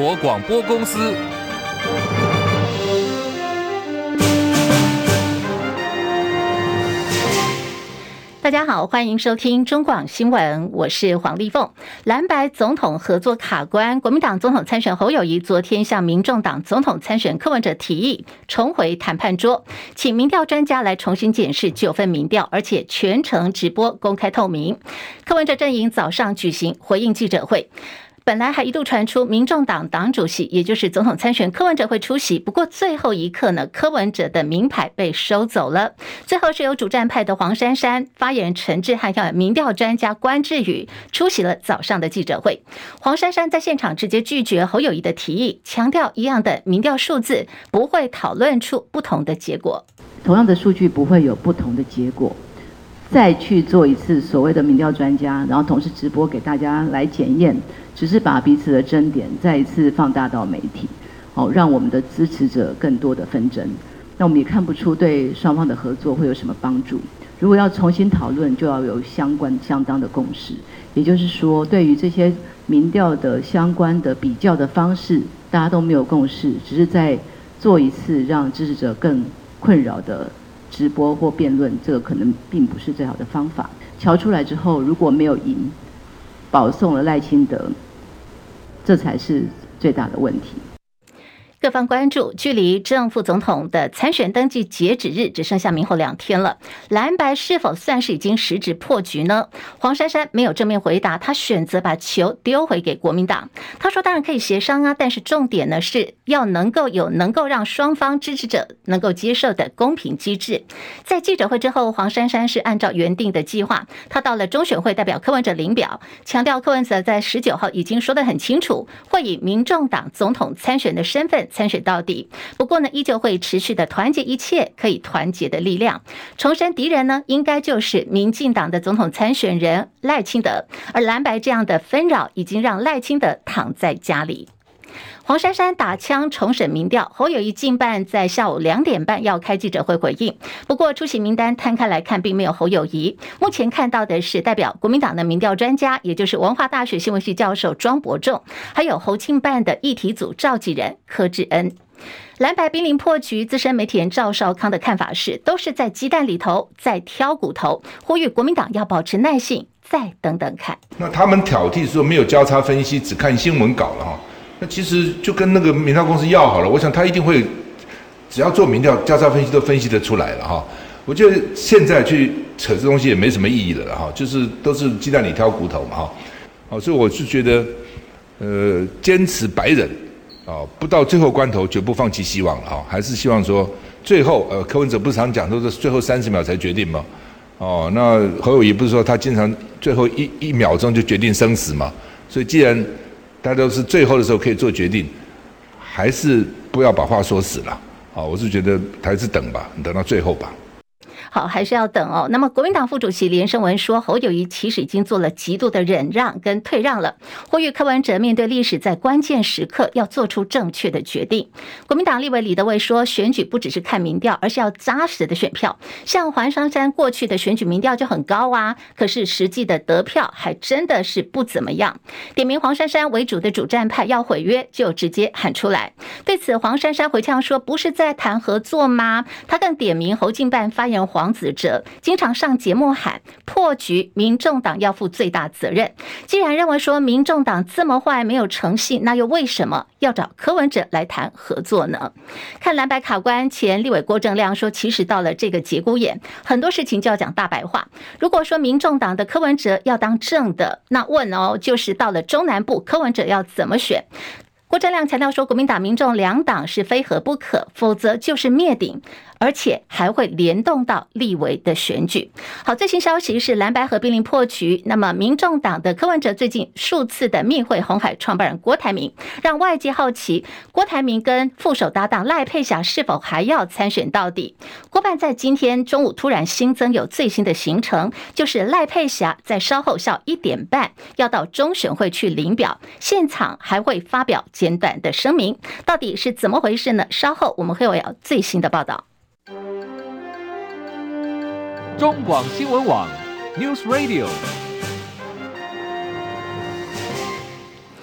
国广播公司。 大家好，欢迎收听中广新闻，我是黄丽凤。蓝白总统合作卡关，国民党总统参选侯友宜昨天向民众党总统参选柯文哲提议重回谈判桌，请民调专家来重新检视9份民调，而且全程直播公开透明。柯文哲阵营早上举行回应记者会，本来还一度传出民众党党主席，也就是总统参选柯文哲会出席，不过最后一刻呢，柯文哲的名牌被收走了。最后是由主战派的黄珊珊、发言人陈志汉和民调专家关志宇出席了早上的记者会。黄珊珊在现场直接拒绝侯友宜的提议，强调一样的民调数字不会讨论出不同的结果， 同样的数据不会有不同的结果。再去做一次所谓的民调专家，然后同时直播给大家来检验，只是把彼此的争点再一次放大到媒体，让我们的支持者更多的纷争。那我们也看不出对双方的合作会有什么帮助。如果要重新讨论，就要有相当的共识。也就是说，对于这些民调的相关的比较的方式，大家都没有共识，只是在做一次让支持者更困扰的直播或辩论，这个可能并不是最好的方法。瞧出来之后，如果没有赢，保送了赖清德，这才是最大的问题。 各方关注，距离正副总统的参选登记截止日只剩下明后2天了，蓝白是否算是已经实质破局呢？黄珊珊没有正面回答，他选择把球丢回给国民党。他说当然可以协商啊，但是重点呢是要能够让双方支持者能够接受的公平机制。在记者会之后，黄珊珊是按照原定的计划，他到了中选会代表柯文哲领表，强调柯文哲在19号已经说得很清楚，会以民众党总统参选的身份参选到底，不过呢，依旧会持续的团结一切可以团结的力量，重申敌人呢，应该就是民进党的总统参选人赖清德，而蓝白这样的纷扰已经让赖清德躺在家里。黄珊珊打枪重审民调，侯友宜近半在下午2点半要开记者会回应，不过出席名单摊开来看并没有侯友宜，目前看到的是代表国民党的民调专家，也就是文化大学新闻系教授庄伯仲，还有侯庆办的议题组召集人柯志恩。蓝白濒临破局，资深媒体人赵少康的看法是，都是在鸡蛋里头再挑骨头，呼吁国民党要保持耐性，再等等看。 那他们挑剔说没有交叉分析，只看新闻稿了哈。那其实就跟那个民调公司要好了，我想他一定会，只要做民调交叉分析都分析得出来了哈。我觉得现在去扯这东西也没什么意义了哈，就是都是鸡蛋里挑骨头嘛哈。好，所以我是觉得，坚持白忍啊，不到最后关头绝不放弃希望了哈，还是希望说最后柯文哲不是常讲都是最后30秒才决定吗？哦，那侯友宜不是说他经常最后一秒钟就决定生死嘛？所以既然大家都是最后的时候可以做决定，还是不要把话说死了。好，我是觉得还是等吧，等到最后吧。 好，还是要等哦。那么国民党副主席连胜文说，侯友宜其实已经做了极度的忍让跟退让了，呼吁柯文哲面对历史，在关键时刻要做出正确的决定。国民党立委李德维说，选举不只是看民调，而是要扎实的选票。像黄珊珊过去的选举民调就很高啊，可是实际的得票还真的是不怎么样。点名黄珊珊为主的主战派要毁约，就直接喊出来。对此，黄珊珊回呛说，不是在谈合作吗？他更点名侯进办发言人黄子哲经常上节目喊破局，民众党要负最大责任。既然认为说民众党这么坏没有诚信，那又为什么要找柯文哲来谈合作呢？看蓝白卡关，前立委郭正亮说，其实到了这个节骨眼，很多事情就要讲大白话。如果说民众党的柯文哲要当正的，那问就是到了中南部柯文哲要怎么选？郭正亮强调说，国民党、民众两党是非合不可，否则就是灭顶，而且还会联动到立委的选举。好，最新消息是蓝白合濒临破局，那么民众党的柯文哲最近数次的密会鸿海创办人郭台铭，让外界好奇郭台铭跟副手搭档赖佩霞是否还要参选到底。郭办在今天中午突然新增有最新的行程，就是赖佩霞在稍后下午1点半要到中选会去领表，现场还会发表简短的声明，到底是怎么回事呢？稍后我们会有最新的报道。 中广新闻网 News Radio。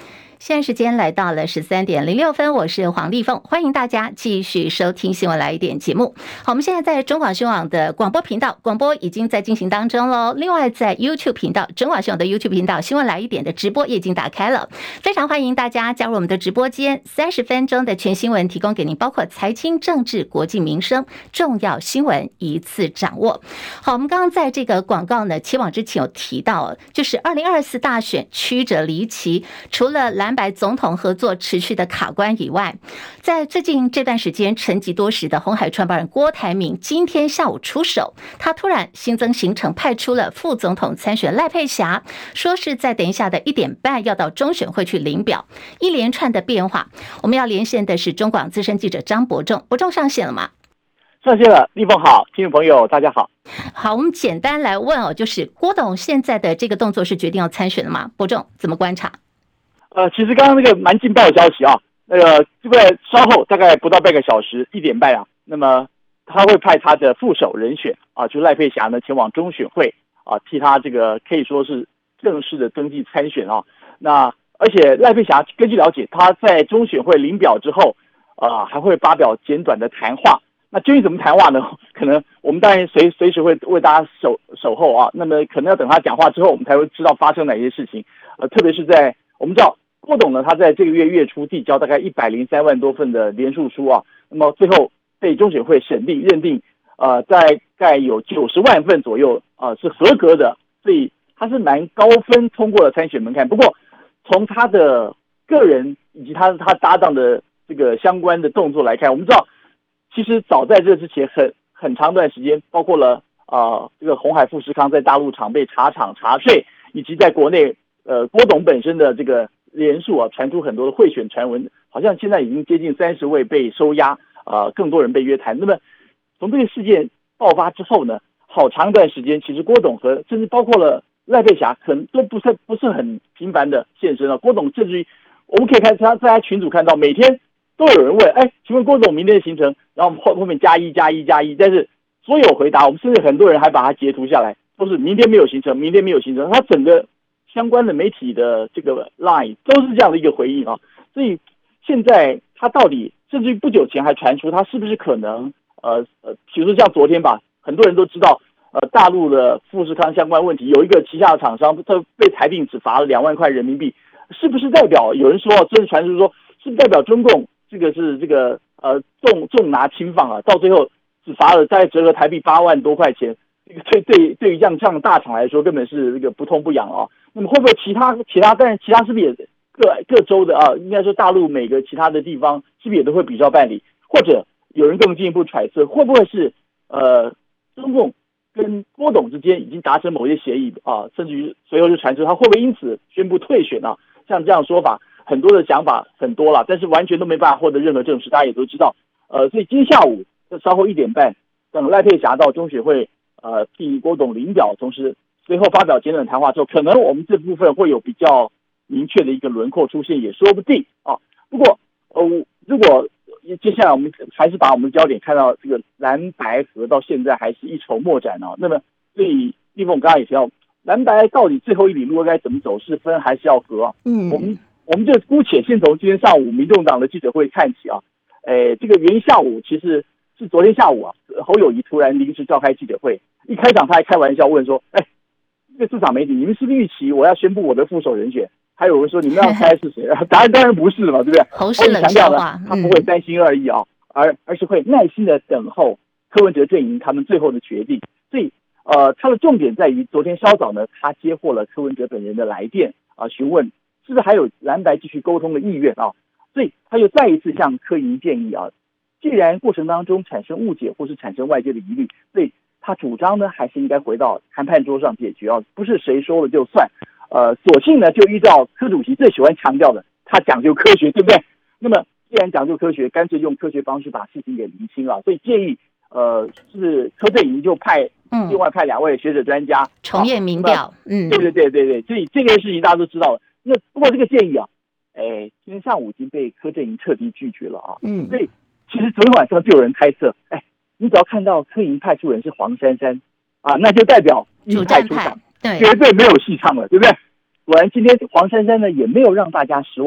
现在时间来到了13:06，我是黄丽凤，欢迎大家继续收听新闻来一点节目。好，我们现在在中广新闻网的广播频道，广播已经在进行当中喽。另外在 YouTube 频道，中广新闻网的 YouTube 频道新闻来一点的直播也已经打开了，非常欢迎大家加入我们的直播间，30分钟的全新闻提供给您，包括财经、政治、国际民生重要新闻一次掌握。好，我们刚刚在这个广告呢切往之前有提到，就是2024大选曲折离奇，除了蓝白总统合作持续的卡关以外，在最近这段时间沉寂多时的鸿海创办人郭台铭今天下午出手，他突然新增行程，派出了副总统参选赖佩霞，说是在等一下的1点半要到中选会去领表，一连串的变化。我们要连线的是中广资深记者张伯仲，伯仲上线了吗？ 上线了，立峰好，听众朋友大家好。 好，我们简单来问哦，就是郭董现在的这个动作是决定要参选了吗？伯仲怎么观察？ 其实刚刚那个蛮劲爆的消息啊，这个稍后大概不到半个小时1点半啊，那么他会派他的副手人选啊，就赖佩霞呢前往中选会啊，替他这个可以说是正式的登记参选啊。那而且赖佩霞根据了解，他在中选会领表之后还会发表简短的谈话。那究竟怎么谈话呢？可能我们当然随时会为大家守候啊。那么可能要等他讲话之后，我们才会知道发生哪些事情。特别是在我们知道郭董呢，他在这个月初递交大概103万多份的联署书啊，那么最后被中选会审定认定，大概有90万份左右是合格的，所以他是蛮高分通过了参选门槛。不过从他的个人以及他搭档的这个相关的动作来看，我们知道。其实早在这之前很长段时间，包括了这个鸿海富士康在大陆厂被查税，以及在国内郭董本身的这个联署传出很多的贿选传闻，好像现在已经接近30位被收押，更多人被约谈。那么从这个事件爆发之后呢，好长一段时间，其实郭董和甚至包括了赖佩霞，可能都不是很频繁的现身郭董甚至于我们可以看他在他群组看到每天。都有人问，请问郭总明天的行程，然后后面加一，但是所有回答，我们甚至很多人还把它截图下来，都是明天没有行程，明天没有行程。他整个相关的媒体的这个 line 都是这样的一个回应啊。所以现在他到底，甚至于不久前还传出他是不是可能比如说像昨天吧，很多人都知道大陆的富士康相关问题，有一个旗下的厂商他被裁定只罚了2万块人民币，是不是代表有人说真的传出说是不是代表中共？这个是这个重拿轻放啊，到最后只罚了大概折合台币8万多块钱，这个对于这样的大厂来说，根本是这个不痛不痒啊。那么会不会其他，但是其他是不是也各州的应该说大陆每个其他的地方是不是也都会比照办理？或者有人更进一步揣测，会不会是中共跟郭董之间已经达成某些协议甚至于随后就传出他会不会因此宣布退选啊？像这样的说法。很多的想法很多了，但是完全都没办法获得任何证实，大家也都知道。所以今天下午稍后1点半，等赖佩霞到中选会替郭董领表，同时随后发表简短谈话之后，可能我们这部分会有比较明确的一个轮廓出现，也说不定啊。不过如果接下来我们还是把我们的焦点看到这个蓝白合到现在还是一筹莫展那么所以立峰刚刚也提到，蓝白到底最后一里路该怎么走，是分还是要合我们就姑且先从今天上午民众党的记者会看起这个原因下午其实是昨天下午侯友宜突然临时召开记者会，一开场他还开玩笑问说，这个市场媒体，你们是不是预期我要宣布我的副手人选？还有人说你们要猜是谁？答案当然不是嘛，对不对？ 侯是冷笑话， 他不会3心2意而是会耐心的等候柯文哲阵营他们最后的决定。所以他的重点在于昨天稍早呢，他接获了柯文哲本人的来电询问。是不是还有蓝白继续沟通的意愿所以他又再一次向柯盈建议既然过程当中产生误解或是产生外界的疑虑，所以他主张呢还是应该回到谈判桌上解决不是谁说了就算。索性呢就依照柯主席最喜欢强调的，他讲究科学，对不对？那么既然讲究科学，干脆用科学方式把事情给厘清所以建议是柯阵营就另外派2位学者专家重验民调。 对，所以这个事情大家都知道了。那不过这个建议今天上午已经被柯阵营彻底拒绝了所以其实昨天晚上就有人猜测，你只要看到柯营派出人是黄珊珊那就代表鹰派出场，绝对没有戏唱了，对不对？果然今天黄珊珊呢也没有让大家失望，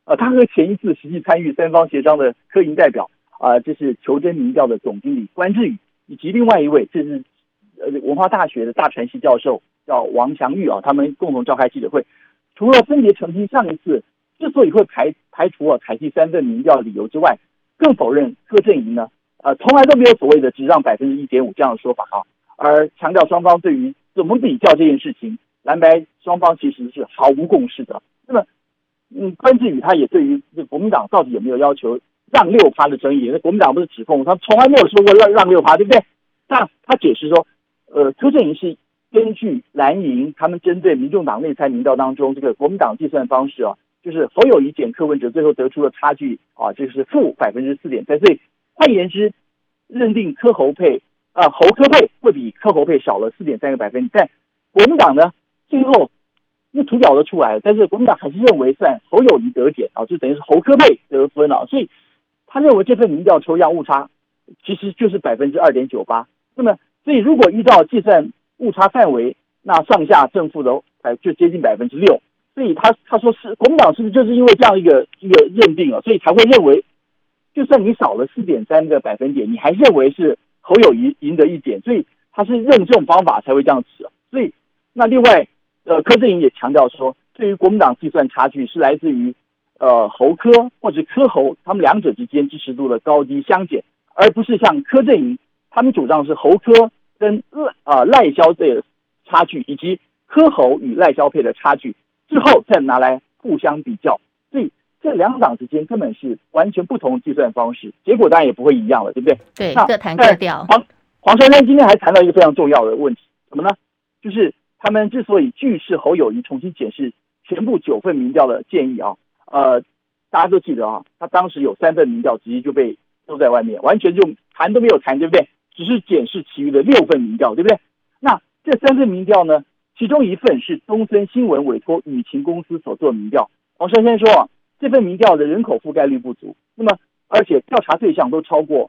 他和前一次实际参与三方协商的科营代表这是求真民调的总经理关志宇，以及另外一位这是文化大学的大传系教授叫王祥玉他们共同召开记者会，除了分别澄清上一次之所以会排除采集3份民调理由之外，更否认柯阵营呢从来都没有所谓的只让 1.5% 这样的说法而强调双方对于怎么比较这件事情，蓝白双方其实是毫无共识的。那么关志宇他也对于国民党到底有没有要求让 6% 的争议，那国民党不是指控他从来没有说过让 6%， 对不对？那他解释说柯阵营是根据蓝营他们针对民众党内参民调当中这个国民党计算方式就是侯友宜减柯文哲最后得出的差距就是负 4.3%， 所以换言之认定侯柯配会比柯侯配少了 4.3 个百分点，但国民党呢最后那图表都出来了，但是国民党还是认为算侯友宜得减就等于是侯柯配得分所以他认为这份民调抽样误差其实就是 2.98%。 那么所以如果依照计算误差范围，那上下正负的就接近 6%， 所以他说是国民党是不是就是因为这样一个认定所以才会认为就算你少了 4.3 个百分点，你还认为是侯友宜赢得一点，所以他是认这种方法才会这样子所以那另外柯阵营也强调说，对于国民党计算差距是来自于侯柯或者柯侯他们两者之间支持度的高低相减，而不是像柯阵营他们主张是侯柯跟赖萧的差距，以及柯侯与赖萧配的差距之后再拿来互相比较，所以这两党之间根本是完全不同的计算方式，结果当然也不会一样了，对不对？ 对，各谈各调。 黄珊珊今天还谈到一个非常重要的问题，什么呢？就是他们之所以拒视侯友宜重新检视全部9份民调的建议大家都记得他当时有3份民调直接就被丢在外面，完全就谈都没有谈，对不对？只是检视其余的6份民调，对不对？那这3份民调呢，其中一份是东森新闻委托舆情公司所做的民调。黄珊珊说这份民调的人口覆盖率不足，那么而且调查对象都超过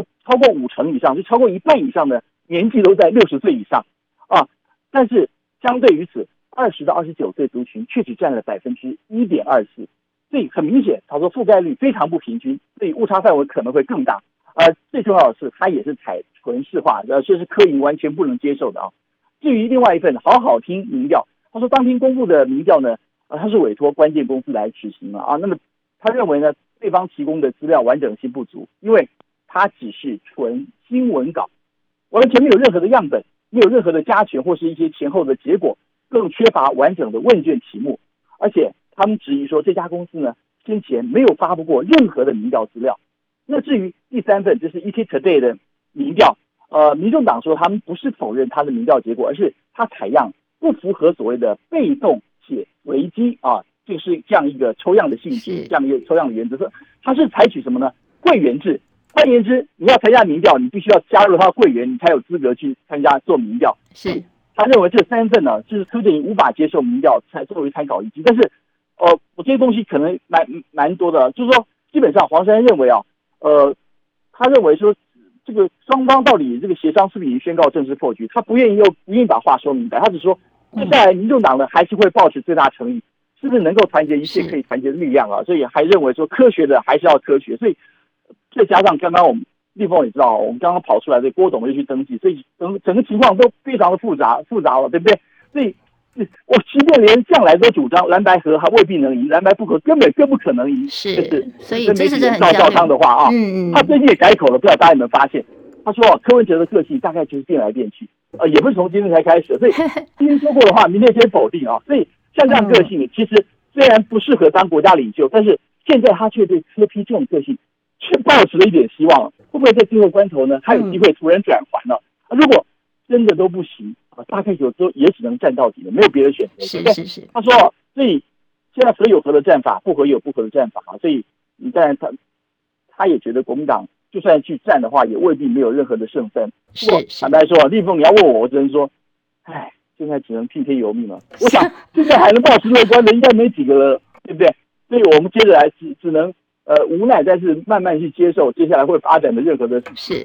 50%以上，就超过一半以上的年纪都在60岁以上但是相对于此，20到29岁族群却只占了 1.24%， 所以很明显他说覆盖率非常不平均，所以误差范围可能会更大。最重要的是它也是采纯市化，这是柯营完全不能接受的至于另外一份好好听民调，他说当天公布的民调呢他是委托关键公司来执行那么他认为呢对方提供的资料完整性不足，因为它只是纯新闻稿，完全没有任何的样本，没有任何的加权或是一些前后的结果，更缺乏完整的问卷题目，而且他们质疑说这家公司呢先前没有发布过任何的民调资料。那至于第3份就是 ETtoday 的民调民众党说他们不是否认他的民调结果，而是他采样不符合所谓的被动且随机就是这样一个抽样的性质，这样一个抽样的原则，他是采取什么呢？柜员制。换言之，你要参加民调，你必须要加入他的柜员，你才有资格去参加做民调。 是他认为这3份呢，就是柯阵营无法接受民调才作为参考依据。但是我这些东西可能蛮多的，就是说基本上黄珊珊认为他认为说这个双方到底这个协商是不是已经宣告正式破局，他不愿意把话说明白，他只说接下来民众党呢还是会抱持最大诚意，是不是能够团结一切可以团结的力量所以还认为说科学的还是要科学，所以再加上刚刚我们立峰也知道，我们刚刚跑出来的郭董又去登记，所以整个情况都非常的复杂了，对不对？所以我即便连向来都主张蓝白合还未必能赢，蓝白不合根本更不可能赢。 是，所以这是很赵汤的话他最近也改口了，不知道大家有没有发现？他说柯文哲的个性大概就是变来变去，也不是从今天才开始，所以今天说过的话，明天先否定所以像这样个性，其实虽然不适合当国家领袖，但是现在他却对柯 P 这种个性却抱持了一点希望，会不会在最后关头呢，他有机会突然转圜了？如果真的都不行大概有时候也只能站到底了，没有别的选择。 是。 他说所以现在合有合的战法，不合也有不合的战法所以当然他也觉得国民党就算去战的话，也未必没有任何的胜算。 是坦白说立峰你要问我只能说现在只能听天由命了。我想现在还能保持乐观的应该没几个了，对不对？所以我们接着来只能无奈，但是慢慢去接受接下来会发展的任何的是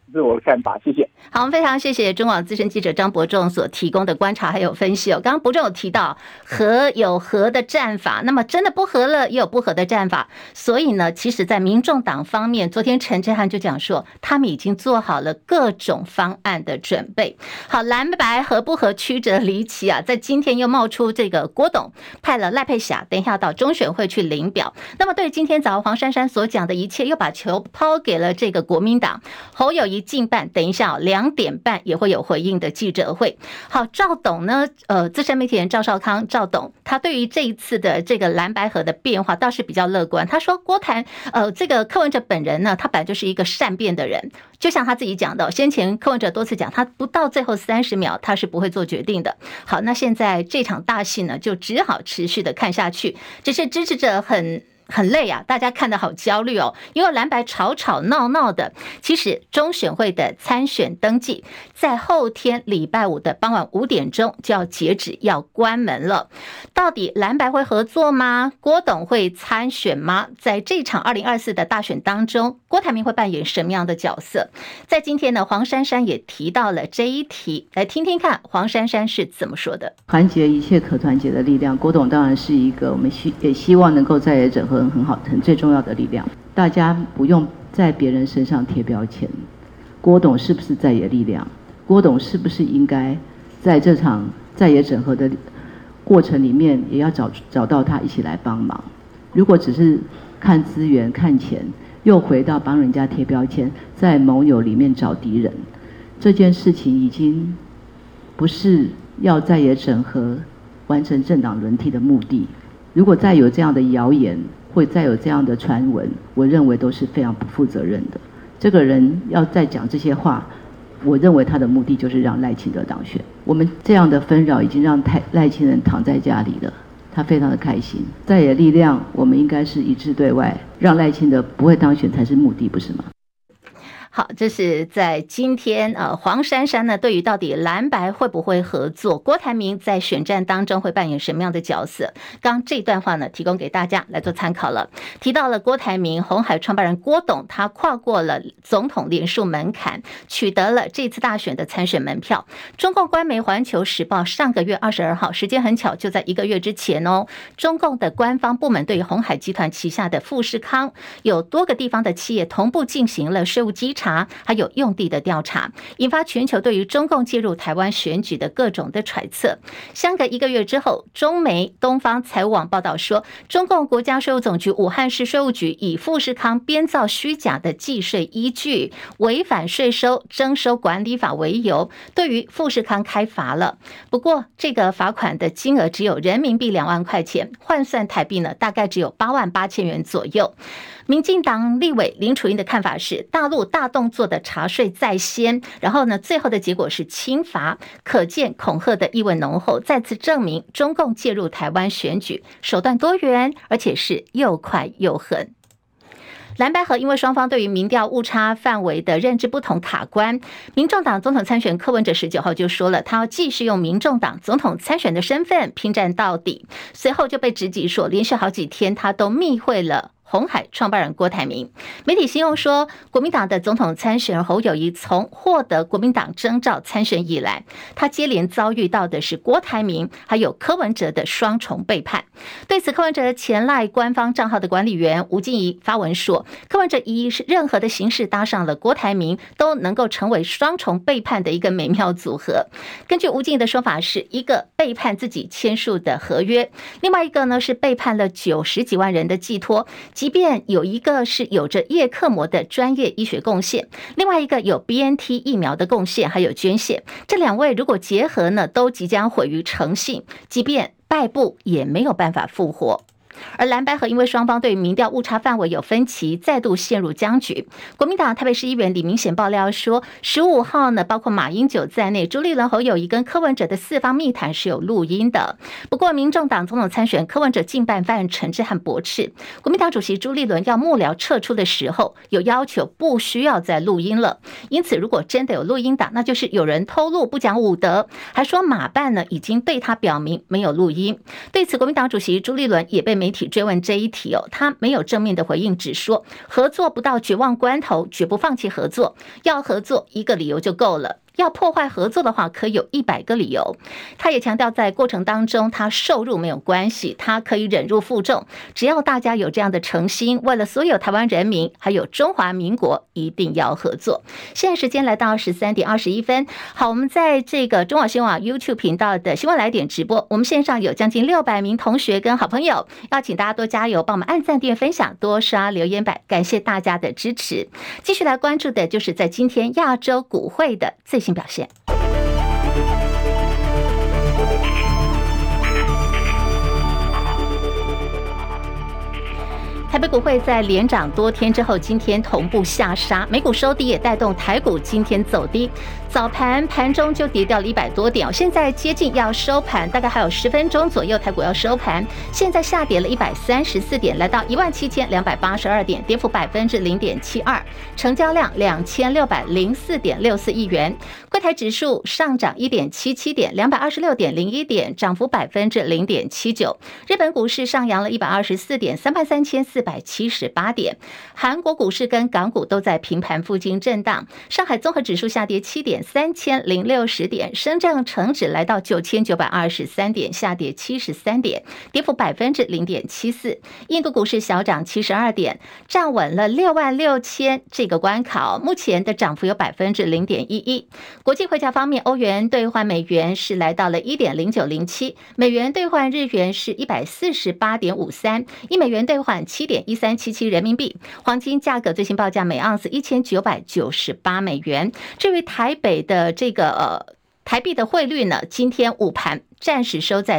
这是我的看法，谢谢。 好，我们非常谢谢中广资深记者张伯仲所提供的观察还有分析哦。刚刚伯仲有提到和有和的战法，那么真的不和了也有不和的战法，所以呢，其实在民众党方面，昨天陈之汉就讲说，他们已经做好了各种方案的准备。好，蓝白合不合曲折离奇啊，在今天又冒出这个郭董派了赖佩霞，等一下到中选会去领表。那么对今天早上黄珊珊所讲的一切，又把球抛给了这个国民党侯友宜近办，等一下2点半也会有回应的记者会。好，赵董呢，资深媒体人赵少康，赵董他对于这一次的这个蓝白合的变化倒是比较乐观。他说郭台这个柯文哲本人呢，他本来就是一个善变的人，就像他自己讲的，先前柯文哲多次讲，他不到最后30秒他是不会做决定的。好，那现在这场大戏呢，就只好持续的看下去，只是支持者很累啊，大家看得好焦虑哦，因为蓝白吵吵闹闹的。其实中选会的参选登记在后天礼拜五的傍晚5点钟就要截止，要关门了。到底蓝白会合作吗？郭董会参选吗？在这场2024的大选当中，郭台铭会扮演什么样的角色？在今天呢，黄珊珊也提到了这一题，来听听看黄珊珊是怎么说的。 团结一切可团结的力量，郭董当然是一个我们也希望能够在野整合很好很最重要的力量。大家不用在别人身上贴标签，郭董是不是在野力量？郭董是不是应该在这场在野整合的过程里面，也要找到他一起来帮忙？如果只是看资源看钱，又回到帮人家贴标签，在盟友里面找敌人，这件事情已经不是要在野整合完成政党轮替的目的。如果再有这样的谣言，会再有这样的传闻，我认为都是非常不负责任的。这个人要再讲这些话，我认为他的目的就是让赖清德当选。我们这样的纷扰已经让赖清德躺在家里了，他非常的开心。在野力量，我们应该是一致对外，让赖清德不会当选才是目的，不是吗？ 好，这是在今天黄珊珊呢，对于到底蓝白会不会合作，郭台铭在选战当中会扮演什么样的角色，刚这段话呢提供给大家来做参考了。提到了郭台铭，鸿海创办人郭董，他跨过了总统连署门槛，取得了这次大选的参选门票。中共官媒环球时报上个月22号，时间很巧，就在1个月之前哦，中共的官方部门对于鸿海集团旗下的富士康有多个地方的企业同步进行了税务稽查，还有用地的调查，引发全球对于中共介入台湾选举的各种的揣测。相隔1个月之后，中媒东方财务网报道说，中共国家税务总局武汉市税务局以富士康编造虚假的计税依据，违反税收征收管理法为由，对于富士康开罚了。不过这个罚款的金额只有人民币2万块钱，换算台币呢，大概只有8万8千元左右。民进党立委林楚英的看法是，大陆大动作的查税在先，然后呢，最后的结果是轻罚，可见恐吓的意味浓厚，再次证明中共介入台湾选举手段多元，而且是又快又狠。蓝白合因为双方对于民调误差范围的认知不同卡关，民众党总统参选柯文哲19号就说了，他要继续用民众党总统参选的身份拼战到底。随后就被直击说，连续好几天他都密会了鸿海创办人郭台铭。媒体形容说，国民党的总统参选人侯友宜从获得国民党征召参选以来，他接连遭遇到的是郭台铭还有柯文哲的双重背叛。对此，柯文哲前赖官方账号的管理员吴静怡发文说，柯文哲以任何的形式搭上了郭台铭，都能够成为双重背叛的一个美妙组合。根据吴静怡的说法，是一个背叛自己签署的合约，另外一个呢是背叛了90几万人的寄托，即便有一个是有着叶克膜的专业医学贡献，另外一个有 BNT 疫苗的贡献还有捐献，这2位如果结合呢，都即将毁于诚信，即便败部也没有办法复活。而蓝白合因为双方对民调误差范围有分歧，再度陷入僵局。国民党台北市议员李明显爆料说，15号呢，包括马英九在内，朱立伦、侯友宜跟柯文哲的4方密谈是有录音的。不过，民众党总统参选柯文哲近办犯人陈之汉驳斥，国民党主席朱立伦要幕僚撤出的时候，有要求不需要再录音了。因此，如果真的有录音档，那就是有人偷录不讲武德，还说马办呢已经对他表明没有录音。对此，国民党主席朱立伦也被媒媒体追问这一题哦，他没有正面的回应，只说合作不到绝望关头，绝不放弃合作，要合作一个理由就够了。要破坏合作的话，可有100个理由。他也强调，在过程当中，他受辱没有关系，他可以忍辱负重，只要大家有这样的诚心，为了所有台湾人民，还有中华民国，一定要合作。现在时间来到13点21分，好，我们在这个中广新闻网 YouTube 频道的新闻来点直播，我们线上有将近600名同学跟好朋友，要请大家多加油，帮我们按赞、订阅、分享，多刷留言板，感谢大家的支持。继续来关注的就是在今天亚洲股会的最新表现。台北股会在连涨多天之后，今天同步下杀，美股收低也带动台股今天走低。早盘盘中就跌掉了100多点，现在接近要收盘，大概还有10分钟左右，台股要收盘，现在下跌了134点，来到17282点，跌幅0.72%，成交量2604.64亿元。柜台指数上涨1.77点，226.01点，涨幅0.79%。日本股市上扬了124点，33478点。韩国股市跟港股都在平盘附近震荡。上海综合指数下跌7点，3060点。深圳成指来到9923点，下跌73点，跌幅0.74%。印度股市小涨72点，站稳了66000这个关卡，目前的涨幅有0.11%。国际汇价方面，欧元兑换美元是来到了1.0907，美元兑换日元是148.53，一美元兑换7.1377人民币。黄金价格最新报价每盎司1998美元。至于台北的这个台币的汇率呢，今天午盘暂时收在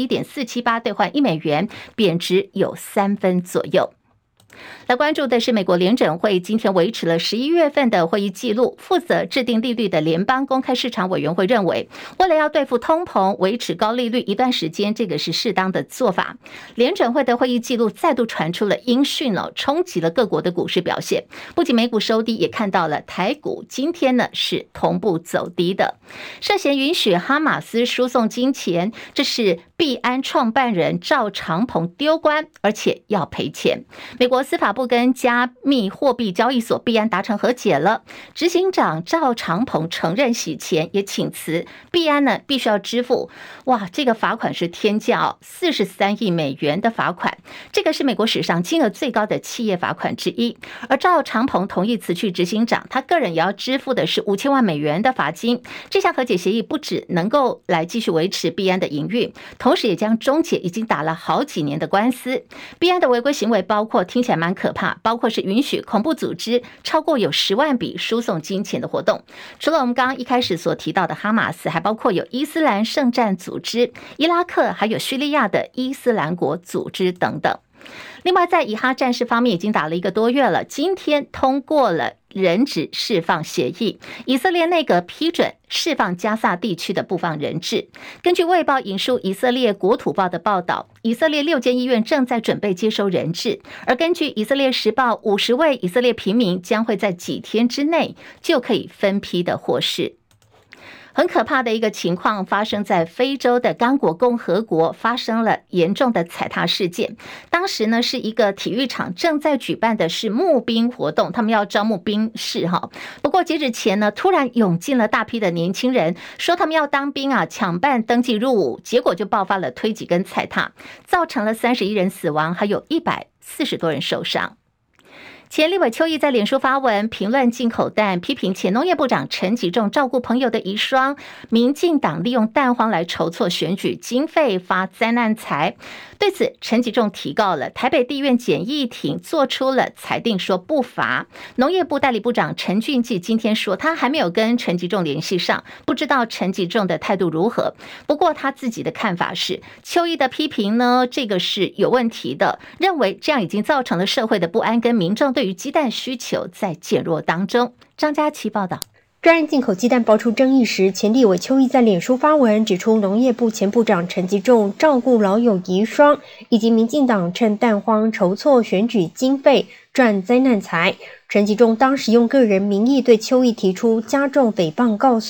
31.478兑换1美元，贬值有3分左右。来关注的是美国联准会今天维持了11月份的会议记录。负责制定利率的联邦公开市场委员会认为，为了要对付通膨，维持高利率一段时间，这个是适当的做法。联准会的会议记录再度传出了音讯冲击了各国的股市表现。不仅美股收低，也看到了台股今天呢是同步走低的。涉嫌允许哈马斯输送金钱，这是币安创办人赵长鹏丢官，而且要赔钱。美国司法部跟加密货币交易所币安达成和解了，执行长赵长鹏承认洗钱，也请辞，币安呢必须要支付，这个罚款是天价，43亿美元的罚款，这个是美国史上金额最高的企业罚款之一。而赵长鹏同意辞去执行长，他个人也要支付的是5000万美元的罚金。这项和解协议不只能够来继续维持币安的营运，同时也将终结已经打了好几年的官司。币安的违规行为包括，听起来蛮可怕，包括是允许恐怖组织超过有10万笔输送金钱的活动。除了我们刚刚一开始所提到的哈马斯，还包括有伊斯兰圣战组织、伊拉克还有叙利亚的伊斯兰国组织等等。另外，在以哈战事方面已经打了1个多月了，今天通过了人质释放协议，以色列内阁批准释放加萨地区的部分人质。根据卫报引述以色列国土报的报道，以色列6间医院正在准备接收人质，而根据以色列时报，50位以色列平民将会在几天之内就可以分批的获释。很可怕的一个情况发生在非洲的刚果共和国，发生了严重的踩踏事件。当时呢是一个体育场正在举办的是募兵活动，他们要招募兵士不过截止前呢，突然涌进了大批的年轻人，说他们要当兵抢办登记入伍，结果就爆发了推挤跟踩踏，造成了31人死亡，还有140多人受伤。前立委邱毅在脸书发文评论进口蛋，批评前农业部长陈吉仲照顾朋友的遗孀，民进党利用蛋荒来筹措选举经费，发灾难财。对此，陈吉仲提告了台北地院简易庭，做出了裁定，说不罚。农业部代理部长陈俊记今天说，他还没有跟陈吉仲联系上，不知道陈吉仲的态度如何。不过他自己的看法是，邱毅的批评呢，这个是有问题的，认为这样已经造成了社会的不安，跟民众对于鸡蛋需求在减弱当中。张佳琪报道。 专案进口鸡蛋爆出争议时，前立委邱毅在脸书发文指出，农业部前部长陈吉仲照顾老友遗孀，以及民进党趁蛋荒筹措选举经费赚灾难财。陈吉仲当时用个人名义对邱毅提出加重诽谤告诉，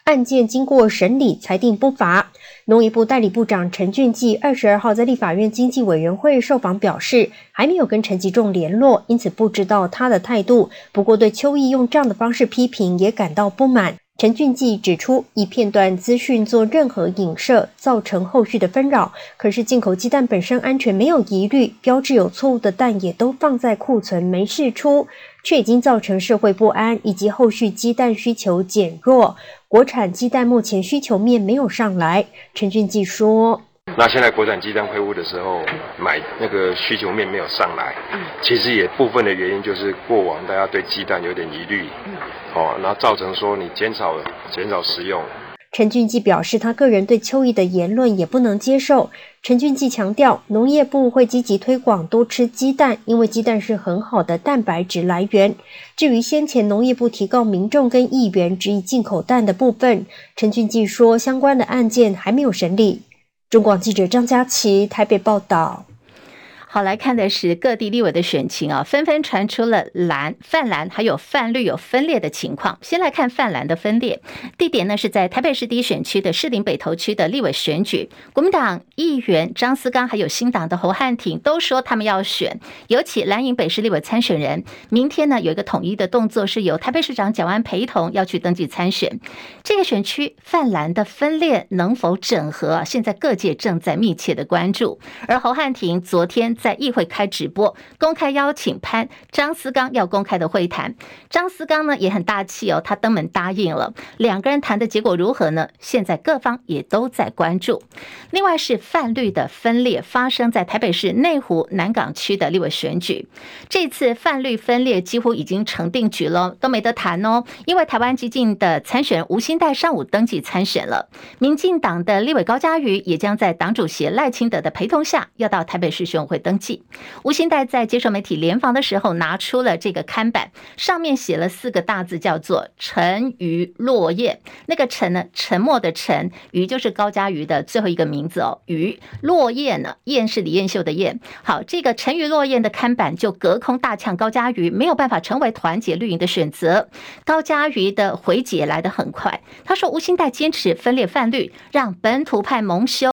案件经过审理裁定不罚。农业部代理部长陈俊记22号在立法院经济委员会受访表示，还没有跟陈吉仲联络，因此不知道他的态度。不过对邱毅用这样的方式批评也感到不满。陈俊记指出，以片段资讯做任何影射，造成后续的纷扰。可是进口鸡蛋本身安全没有疑虑，标志有错误的蛋也都放在库存没释出，却已经造成社会不安，以及后续鸡蛋需求减弱。国产鸡蛋目前需求面没有上来。陈俊记说， 那现在国产鸡蛋恢复的时候，买那个需求面没有上来，其实也部分的原因就是过往大家对鸡蛋有点疑虑，然后造成说你减少食用。 陈俊记表示，他个人对邱毅的言论也不能接受。陈俊记强调，农业部会积极推广多吃鸡蛋，因为鸡蛋是很好的蛋白质来源。至于先前农业部提告民众跟议员质疑进口蛋的部分，陈俊记说相关的案件还没有审理。中广记者张佳琪台北报道。 好，来看的是各地立委的选情啊，纷纷传出了泛蓝还有泛绿有分裂的情况。先来看泛蓝的分裂，地点呢是在台北市第一选区的士林北投区的立委选举，国民党议员张思刚还有新党的侯汉廷都说他们要选，尤其蓝营北市立委参选人，明天呢有一个统一的动作，是由台北市长蒋万陪同要去登记参选。这个选区泛蓝的分裂能否整合，现在各界正在密切的关注。而侯汉廷昨天在议会开直播，公开邀请张思刚要公开的会谈。张思刚呢也很大气哦，他登门答应了。两个人谈的结果如何呢？现在各方也都在关注。另外是泛绿的分裂发生在台北市内湖南港区的立委选举。这次泛绿分裂几乎已经成定局了，都没得谈哦。因为台湾基进的参选人吴欣岱上午登记参选了，民进党的立委高嘉瑜也将在党主席赖清德的陪同下要到台北市选委会登记。吴欣岱在接受媒体联访的时候拿出了这个看板，上面写了4个大字，叫做沉鱼落雁。那个沉呢，沉默的沉，鱼就是高嘉瑜的最后一个名字哦，鱼。落雁呢，雁是李彦秀的雁。好，这个沉鱼落雁的看板就隔空大呛高嘉瑜没有办法成为团结绿营的选择。高嘉瑜的回解来得很快，他说吴欣岱坚持分裂泛绿，让本土派蒙羞。